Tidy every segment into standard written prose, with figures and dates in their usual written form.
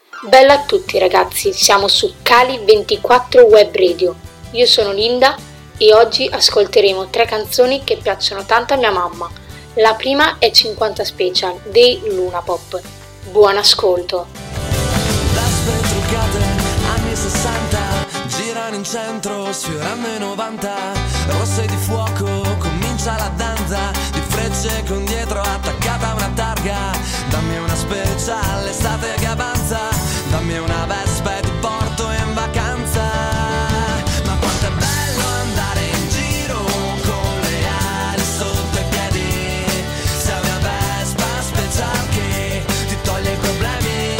Bella a tutti ragazzi, siamo su Cali24 Web Radio. Io sono Linda e oggi ascolteremo 3 canzoni che piacciono tanto a mia mamma. La prima è 50 Special dei Luna Pop. Buon ascolto. Vespe truccate, anni 60, girano in centro, sfiorando i 90. Rosse di fuoco, comincia la danza, di frecce con dietro attaccata una targa. Dammi una Special, l'estate che avanza, dammi una Vespa e ti porto in vacanza. Ma quanto è bello andare in giro con le ali sotto i piedi. Sei una Vespa Special che ti toglie i problemi.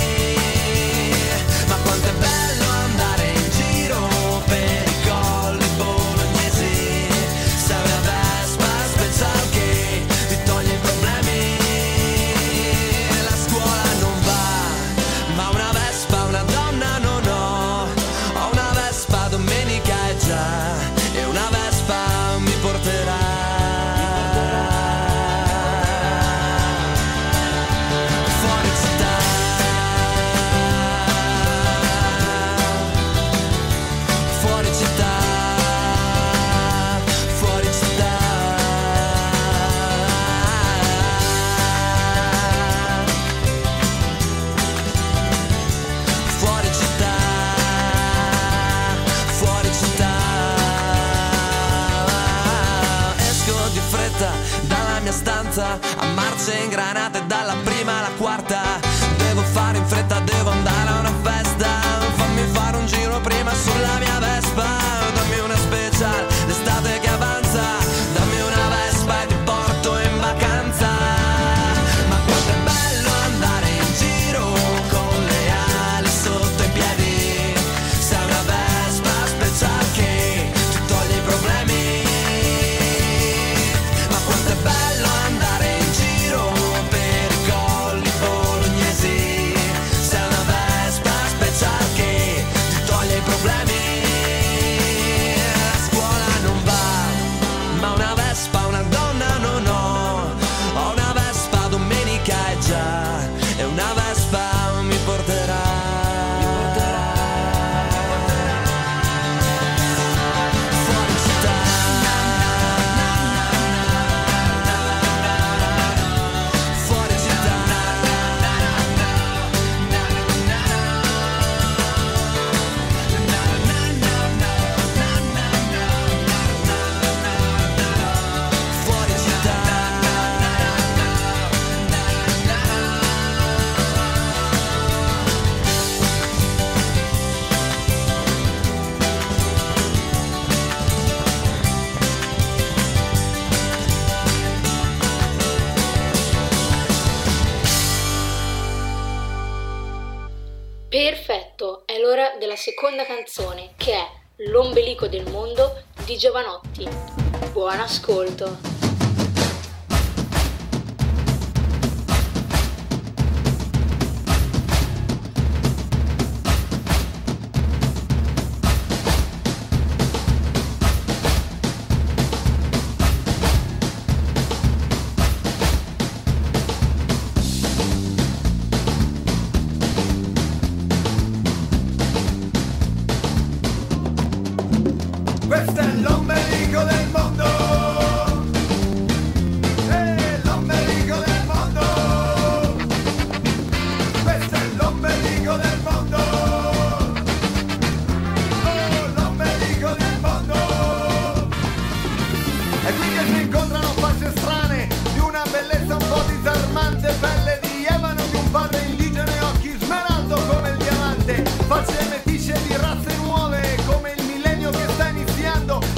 Ma quanto è bello andare in giro per i colli bolognesi. Sei una Vespa Special che ti toglie i problemi. La scuola non va, ma una Vespa, una donna non ho. Ho una Vespa, domenica è già, e una Vespa mi porterà. Fuori città, fuori città, fuori città. Fuori città, fuori città. Esco di fretta dalla mia stanza, a marce ingranate dalla prima alla quarta. Devo fare in fretta, devo andare a una festa. Fammi fare un giro prima sulla mia Vespa. Dammi una Special, l'estate che avanza, dammi una Vespa e ti porto in vacanza. Ma quanto è bello andare in giro con le ali sotto i piedi. Sei una Vespa Special che ti toglie i problemi. Ma quanto è bello andare in giro per i colli bolognesi. Sei una Vespa Special che ti toglie i problemi. La scuola non va, ma una Vespa, una donna non ho. Ho una Vespa, domenica è già, e una Vespa mi porterà. Fuori città, fuori città, fuori città. Perfetto, è l'ora della seconda canzone che è L'ombelico del mondo di Giovanotti. Buon ascolto. Questo è l'ombelico del mondo. L'ombelico del mondo. Questo è l'ombelico del mondo. Oh, l'ombelico del mondo. E qui che si incontrano facce strane, di una bellezza un po' disarmante, pelle di ebano di un padre indigeno e occhi smeraldo come il diamante, facce meticce di razze nuove come il millennio che sta iniziando,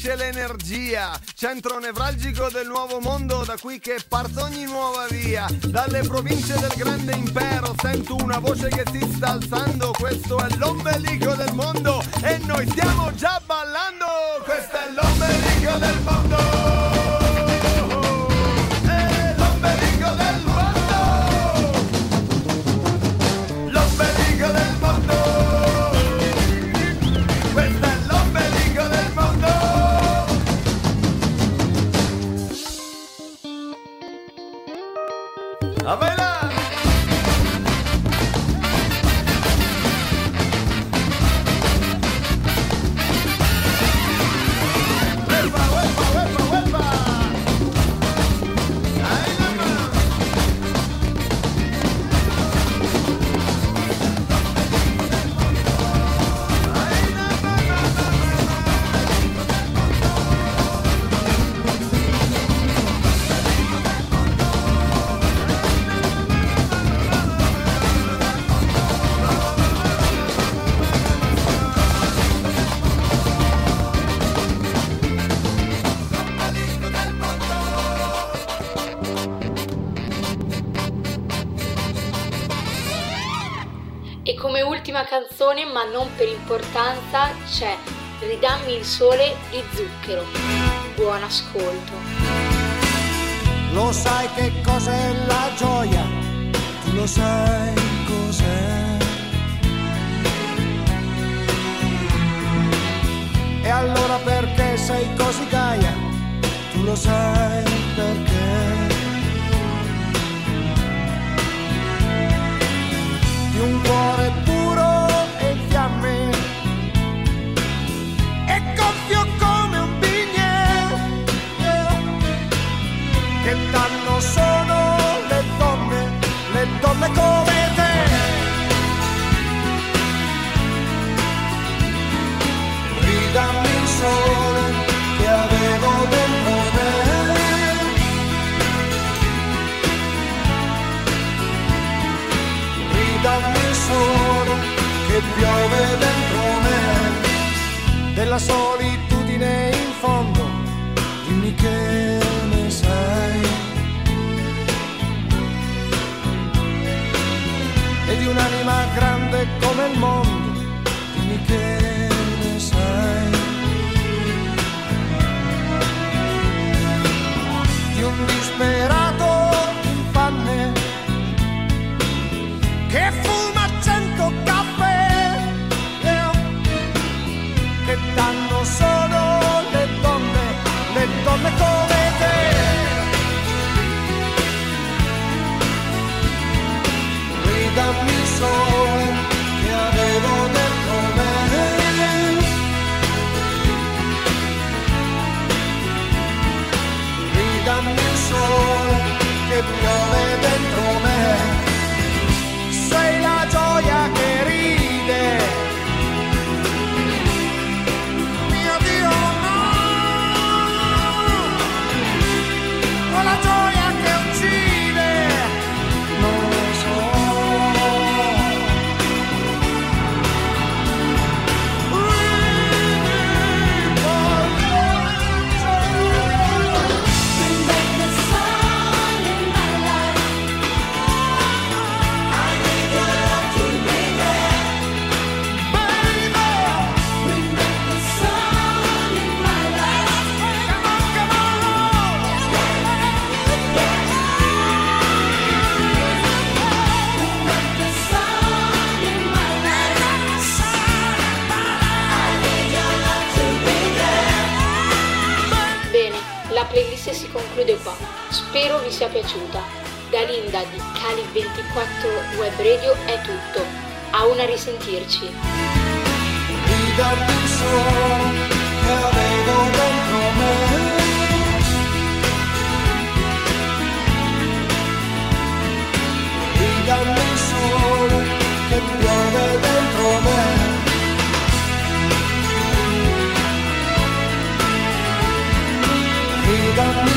fluisce l'energia, centro nevralgico del nuovo mondo, da qui che parte ogni nuova via. Dalle province del grande impero sento una voce che si sta alzando, questo è l'ombelico del mondo e noi stiamo già ballando. Questo è l'ombelico del mondo, è l'ombelico del mondo, l'ombelico del mondo. Questo è l'ombelico del mondo. A bailar! E come ultima canzone, ma non per importanza, c'è Ridammi il sole di Zucchero. Buon ascolto. Lo sai che cos'è la gioia? Tu lo sai cos'è? E allora perché sei così gaia? Tu lo sai perché? Di un cuore puro e in fiamme e gonfio come un bignè, che danno solo le donne come te. Ridammi il sole che avevo dentro me, ridammi il sole che piove dentro me, della solitudine in fondo, dimmi che ne sai, e di un'anima grande come il mondo, dimmi che ne sai, di un disperato infanne che fuma 100 caffè, che danno solo le donne come te. Ridammi il sole che avevo dentro me, ridammi il sole che piove dentro me. Sei la gioia che ride, mio Dio no, o la gioia che uccide, non lo so. La playlist si conclude qua, spero vi sia piaciuta. Da Linda di Cali 24 Web Radio è tutto, a una risentirci. Ridammi il sole che avevo dentro me, ridammi il sole che piove dentro me, ridammi